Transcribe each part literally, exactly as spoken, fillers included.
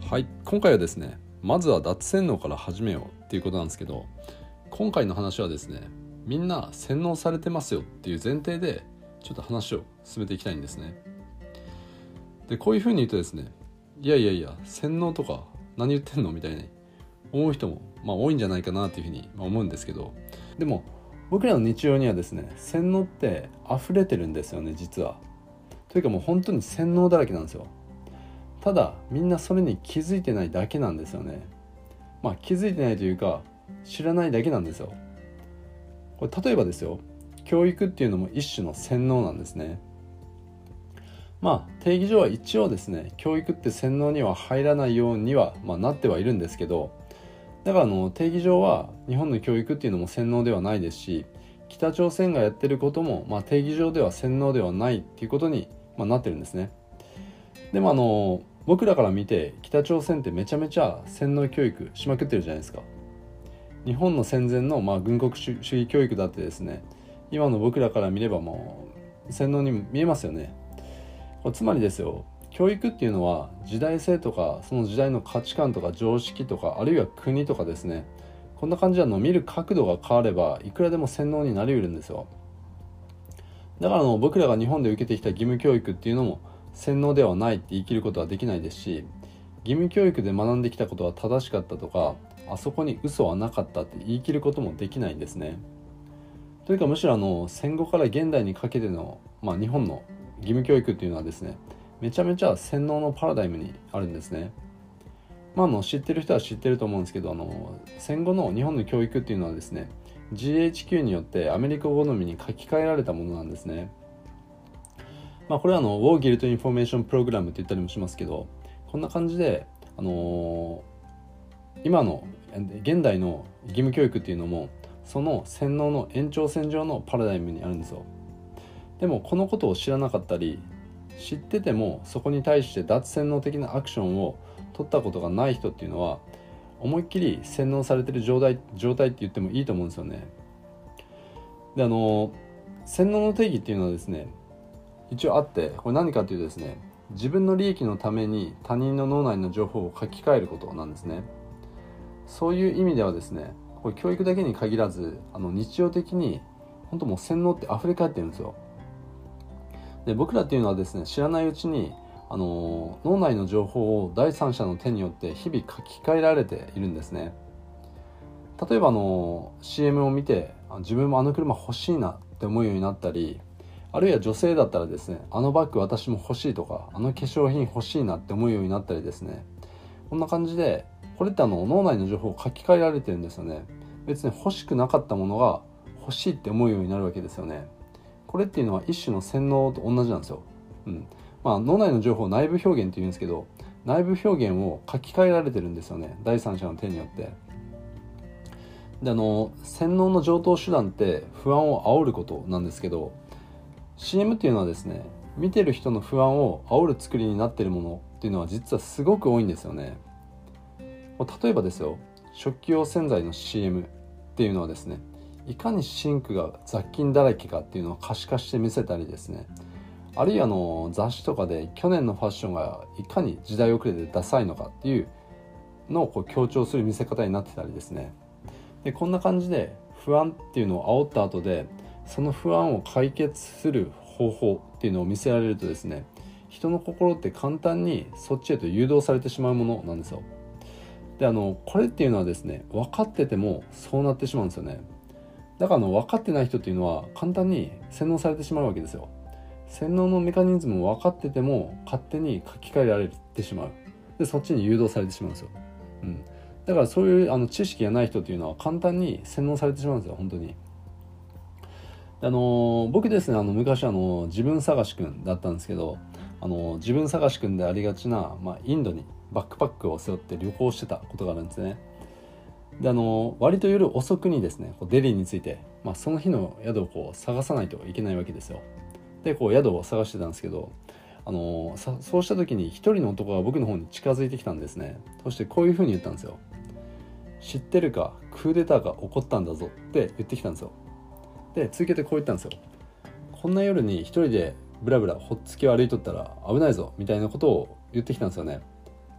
はい、今回はですね、まずは脱洗脳から始めようっていうことなんですけど、今回の話はですね、みんな洗脳されてますよっていう前提でちょっと話を進めていきたいんですね。で、こういうふうに言うとですね、いやいやいや洗脳とか何言ってんのみたいに思う人もまあ多いんじゃないかなというふうに思うんですけど、でも僕らの日常にはですね、洗脳って溢れてるんですよね、実は。というかもう本当に洗脳だらけなんですよ。ただみんなそれに気づいてないだけなんですよね。まあ気づいてないというか知らないだけなんですよ。これ例えばですよ、教育っていうのも一種の洗脳なんですね。まあ定義上は一応ですね、教育って洗脳には入らないようには、まあ、なってはいるんですけど、だからあの定義上は日本の教育っていうのも洗脳ではないですし、北朝鮮がやってることも、まあ、定義上では洗脳ではないっていうことに、まあ、なってるんですね。でもあの僕らから見て北朝鮮ってめちゃめちゃ洗脳教育しまくってるじゃないですか。日本の戦前のまあ軍国主義教育だってですね、今の僕らから見ればもう洗脳に見えますよね。つまりですよ、教育っていうのは時代性とかその時代の価値観とか常識とかあるいは国とかですね、こんな感じなの見る角度が変わればいくらでも洗脳になりうるんですよ。だからあの僕らが日本で受けてきた義務教育っていうのも洗脳ではないって言い切ることはできないですし、義務教育で学んできたことは正しかったとか、あそこに嘘はなかったって言い切ることもできないんですね。というかむしろあの戦後から現代にかけての、まあ、日本の義務教育っていうのはですね、めちゃめちゃ洗脳のパラダイムにあるんですね。まあ、あの知ってる人は知ってると思うんですけど、あの戦後の日本の教育っていうのはですね、 ジーエイチキュー によってアメリカ好みに書き換えられたものなんですね。まあ、これはあのウォーギルトインフォメーションプログラムって言ったりもしますけど、こんな感じで、あのー、今の現代の義務教育っていうのもその洗脳の延長線上のパラダイムにあるんですよ。でもこのことを知らなかったり、知っててもそこに対して脱洗脳的なアクションを取ったことがない人っていうのは、思いっきり洗脳されてる状態、状態って言ってもいいと思うんですよね。で、あの洗脳の定義っていうのはですね、一応あって、これ何かというとですね、自分の利益のために他人の脳内の情報を書き換えることなんですね。そういう意味ではですね、これ教育だけに限らず、あの日常的に本当もう洗脳って溢れ返ってるんですよ。で、僕らっていうのはですね、知らないうちにあの脳内の情報を第三者の手によって日々書き換えられているんですね。例えばあの シーエム を見て、自分もあの車欲しいなって思うようになったり、あるいは女性だったらですね、あのバッグ私も欲しいとか、あの化粧品欲しいなって思うようになったりですね、こんな感じで、これってあの脳内の情報を書き換えられてるんですよね。別に欲しくなかったものが欲しいって思うようになるわけですよね。これっていうのは一種の洗脳と同じなんですよ。うん。まあ脳内の情報を内部表現って言うんですけど、内部表現を書き換えられてるんですよね、第三者の手によって。で、あの洗脳の常套手段って不安を煽ることなんですけど、シーエム っていうのはですね、見てる人の不安を煽る作りになっているものっていうのは実はすごく多いんですよね。例えばですよ、食器用洗剤の シーエム っていうのはですね、いかにシンクが雑菌だらけかっていうのを可視化して見せたりですね、あるいはあの雑誌とかで去年のファッションがいかに時代遅れでダサいのかっていうのをこう強調する見せ方になってたりですね。で、こんな感じで不安っていうのを煽った後で、その不安を解決する方法っていうのを見せられるとですね、人の心って簡単にそっちへと誘導されてしまうものなんですよ。で、あのこれっていうのはですね、分かっててもそうなってしまうんですよね。だからあの分かってない人っていうのは簡単に洗脳されてしまうわけですよ。洗脳のメカニズムを分かってても勝手に書き換えられてしまう。で、そっちに誘導されてしまうんですよ。うん。だからそういうあの知識がない人っていうのは簡単に洗脳されてしまうんですよ、本当に。あの僕ですね、あの昔あの自分探しくんだったんですけど、あの自分探しくんでありがちな、まあ、インドにバックパックを背負って旅行してたことがあるんですね。で、あの割と夜遅くにですね、こうデリーについて、まあ、その日の宿をこう探さないといけないわけですよ。で、こう宿を探してたんですけど、あのさそうした時に一人の男が僕の方に近づいてきたんですね。そしてこういうふうに言ったんですよ。知ってるか、クーデターが起こったんだぞって言ってきたんですよ。で、続けてこう言ったんですよ。こんな夜に一人でブラブラほっつきを歩いとったら危ないぞみたいなことを言ってきたんですよね。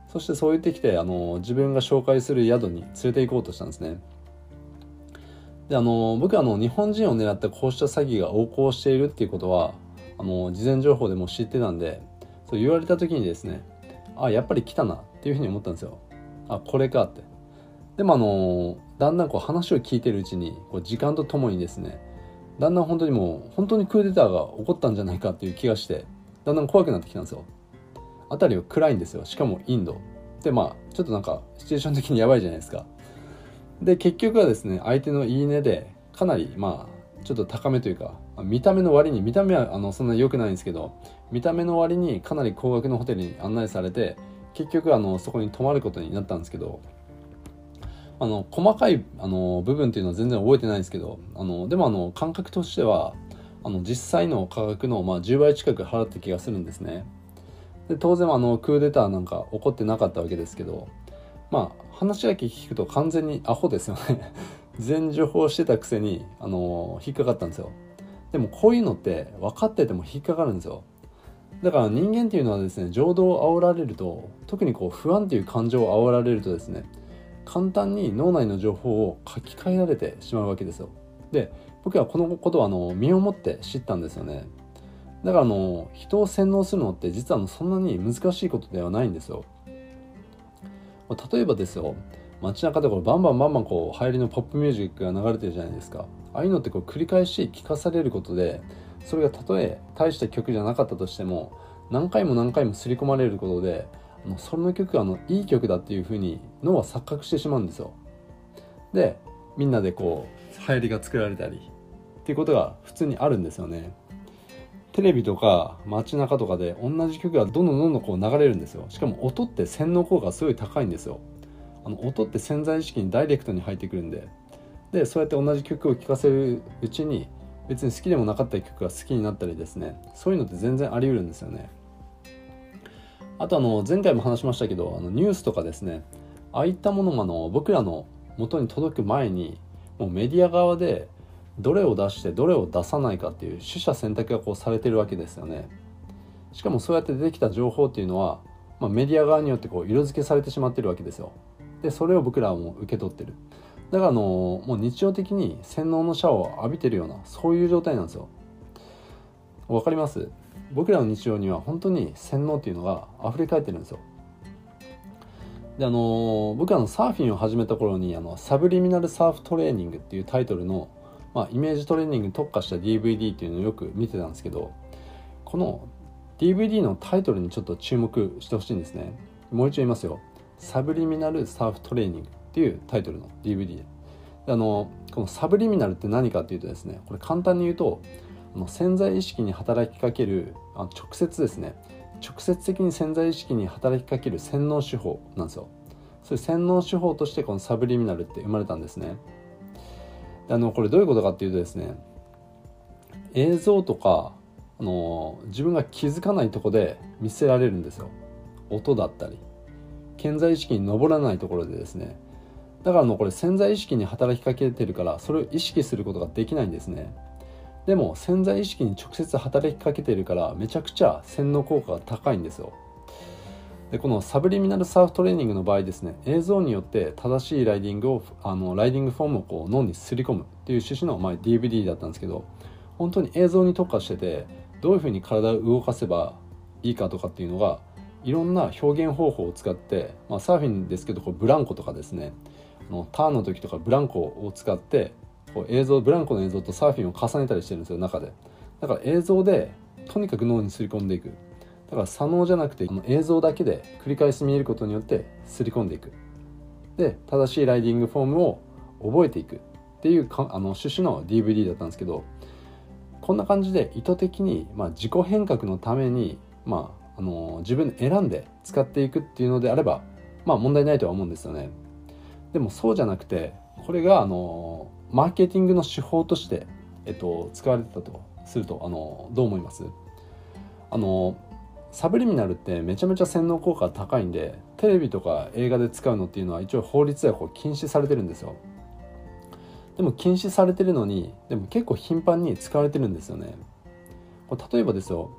そしてそう言ってきてあの自分が紹介する宿に連れて行こうとしたんですね。であの僕はあの日本人を狙ったこうした詐欺が横行しているっていうことはあの事前情報でも知ってたんで、そう言われた時にですね、あやっぱり来たなっていうふうに思ったんですよ。あこれかって。でもあのだんだんこう話を聞いてるうちにこう時間とともにですね、だんだん本当にもう本当にクーデターが起こったんじゃないかっていう気がして、だんだん怖くなってきたんですよ。辺りは暗いんですよ。しかもインドで、まあちょっとなんかシチュエーション的にやばいじゃないですか。で結局はですね、相手のいいねでかなりまあちょっと高めというか、見た目の割に見た目はあのそんな良くないんですけど、見た目の割にかなり高額のホテルに案内されて、結局あのそこに泊まることになったんですけど、あの細かいあの部分っていうのは全然覚えてないんですけど、あのでもあの感覚としてはあの実際の価格のまあじゅうばい近く払った気がするんですね。で当然あのクーデターなんか起こってなかったわけですけど、まあ話だけ聞くと完全にアホですよね全情報してたくせにあの引っかかったんですよ。でもこういうのって分かってても引っかかるんですよ。だから人間っていうのはですね、情動を煽られると、特にこう不安っていう感情を煽られるとですね、簡単に脳内の情報を書き換えられてしまうわけですよ。で僕はこのことをあの身をもって知ったんですよね。だからあの人を洗脳するのって実はあのそんなに難しいことではないんですよ。例えばですよ、街中でこうバンバンバンバンこう流行りのポップミュージックが流れてるじゃないですか。ああいうのってこう繰り返し聞かされることで、それがたとえ大した曲じゃなかったとしても何回も何回も刷り込まれることで、あのその曲があのいい曲だっていうふうに脳は錯覚してしまうんですよ。でみんなでこう流行りが作られたりっていうことが普通にあるんですよね。テレビとか街中とかで同じ曲がどんどんどんどんこう流れるんですよ。しかも音って洗脳効果がすごい高いんですよ。あの音って潜在意識にダイレクトに入ってくるんで、でそうやって同じ曲を聴かせるうちに別に好きでもなかった曲が好きになったりですね、そういうのって全然あり得るんですよね。あとあの前回も話しましたけど、あのニュースとかですね、ああいったものもあの僕らの元に届く前にもうメディア側でどれを出してどれを出さないかっていう取捨選択がこうされてるわけですよね。しかもそうやって出てきた情報っていうのは、まあ、メディア側によってこう色付けされてしまってるわけですよ。でそれを僕らはもう受け取ってる。だからあのもう日常的に洗脳のシャワーを浴びてるような、そういう状態なんですよ。わかります？僕らの日常には本当に洗脳っていうのが溢れ返ってるんですよ。であの僕はあのサーフィンを始めた頃にあのサブリミナルサーフトレーニングっていうタイトルの、まあ、イメージトレーニングに特化した ディーブイディー っていうのをよく見てたんですけど、この ディーブイディー のタイトルにちょっと注目してほしいんですね。もう一度言いますよ。サブリミナルサーフトレーニングっていうタイトルの ディーブイディー で、であのこのサブリミナルって何かっていうとですね、これ簡単に言うとあの潜在意識に働きかけるあ直接ですね直接的に潜在意識に働きかける洗脳手法なんですよ。そういう洗脳手法としてこのサブリミナルって生まれたんですね。であのこれどういうことかっていうとですね、映像とかあの自分が気づかないところで見せられるんですよ。音だったり潜在意識に上らないところでですね。だからあのこれ潜在意識に働きかけてるからそれを意識することができないんですね。でも潜在意識に直接働きかけているからめちゃくちゃ洗脳効果が高いんですよ。でこのサブリミナルサーフトレーニングの場合ですね、映像によって正しいライディングをあのライディングフォームをこう脳にすり込むっていう趣旨の、まあ、ディーブイディー だったんですけど、本当に映像に特化しててどういうふうに体を動かせばいいかとかっていうのがいろんな表現方法を使って、まあ、サーフィンですけどこうブランコとかですね、あのターンの時とかブランコを使ってこう映像ブランコの映像とサーフィンを重ねたりしてるんですよ中で。だから映像でとにかく脳にすり込んでいく。だから左脳じゃなくてこの映像だけで繰り返し見えることによってすり込んでいく。で正しいライディングフォームを覚えていくっていうかあの趣旨の ディーブイディー だったんですけど、こんな感じで意図的に、まあ、自己変革のために、まあ、あの自分で選んで使っていくっていうのであれば、まあ、問題ないとは思うんですよね。でもそうじゃなくてこれがあのマーケティングの手法として、えっと、使われてたとするとあのどう思います？あのサブリミナルってめちゃめちゃ洗脳効果が高いんで、テレビとか映画で使うのっていうのは一応法律ではこう禁止されてるんですよ。でも禁止されてるのにでも結構頻繁に使われてるんですよね。これ例えばですよ、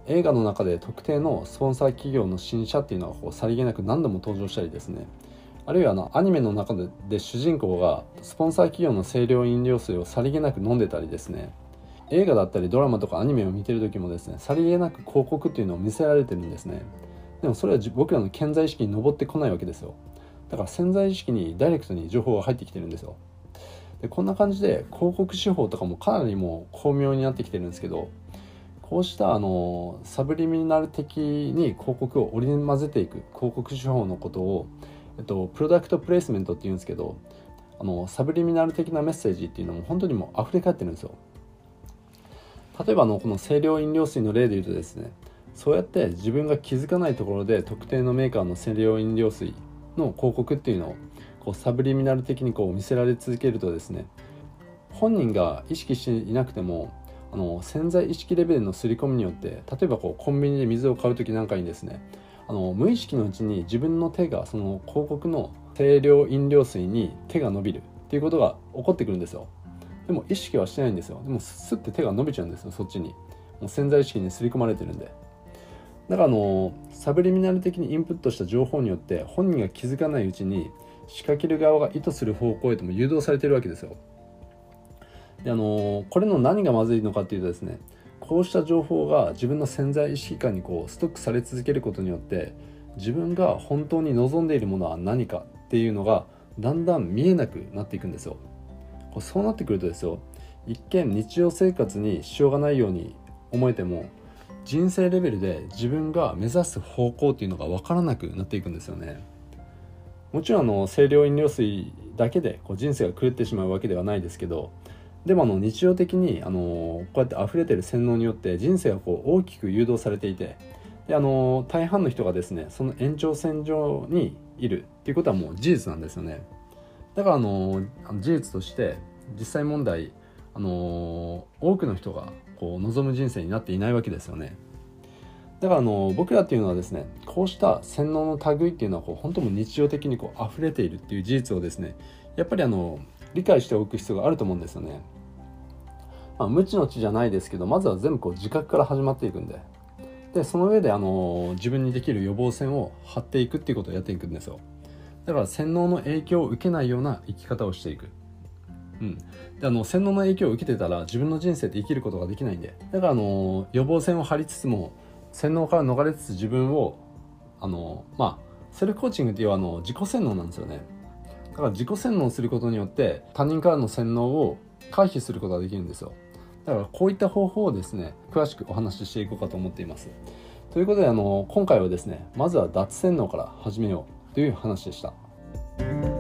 映画の中で特定のスポンサー企業の新車っていうのはこうさりげなく何度も登場したりですね、あるいはあのアニメの中でで主人公がスポンサー企業の清涼飲料水をさりげなく飲んでたりですね、映画だったりドラマとかアニメを見てる時もですね、さりげなく広告っていうのを見せられてるんですね。でもそれは僕らの潜在意識に上ってこないわけですよ。だから潜在意識にダイレクトに情報が入ってきてるんですよ。でこんな感じで広告手法とかもかなりもう巧妙になってきてるんですけど、こうしたあのサブリミナル的に広告を織り交ぜていく広告手法のことを、えっと、プロダクトプレイスメントっていうんですけど、あのサブリミナル的なメッセージっていうのも本当にもう溢れ返ってるんですよ。例えばあのこの清涼飲料水の例で言うとですね、そうやって自分が気づかないところで特定のメーカーの清涼飲料水の広告っていうのをこうサブリミナル的にこう見せられ続けるとですね、本人が意識していなくてもあの潜在意識レベルの刷り込みによって、例えばこうコンビニで水を買うときなんかにですね、あの無意識のうちに自分の手がその広告の清涼飲料水に手が伸びるっていうことが起こってくるんですよ。でも意識はしてないんですよ。でもスッて手が伸びちゃうんですよ、そっちに。もう潜在意識に刷り込まれてるんで。だからあのサブリミナル的にインプットした情報によって本人が気づかないうちに仕掛ける側が意図する方向へとも誘導されてるわけですよ。であのこれの何がまずいのかっていうとですね、こうした情報が自分の潜在意識下にこうストックされ続けることによって、自分が本当に望んでいるものは何かっていうのがだんだん見えなくなっていくんですよ。そうなってくるとですよ、一見日常生活に支障がないように思えても、人生レベルで自分が目指す方向っていうのが分からなくなっていくんですよね。もちろんあの清涼飲料水だけでこう人生が狂ってしまうわけではないですけど、でもあの日常的にあのこうやって溢れてる洗脳によって人生がこう大きく誘導されていて、であの大半の人がですねその延長線上にいるっていうことはもう事実なんですよね。だからあの事実として実際問題、あの多くの人がこう望む人生になっていないわけですよね。だからあの僕らっていうのはですね、こうした洗脳の類っていうのはこう本当も日常的にこう溢れているっていう事実をですね、やっぱりあの理解しておく必要があると思うんですよね。まあ、無知の知じゃないですけど、まずは全部こう自覚から始まっていくんで、でその上であの自分にできる予防線を張っていくっていうことをやっていくんですよ。だから洗脳の影響を受けないような生き方をしていく。うん、であの洗脳の影響を受けてたら自分の人生って生きることができないんで、だからあの予防線を張りつつも洗脳から逃れつつ自分をあのまあセルフコーチングっていうあの自己洗脳なんですよね。だから自己洗脳することによって他人からの洗脳を回避することができるんですよ。だからこういった方法をですね詳しくお話ししていこうかと思っています。ということであの今回はですね、まずは脱洗脳から始めようという話でした。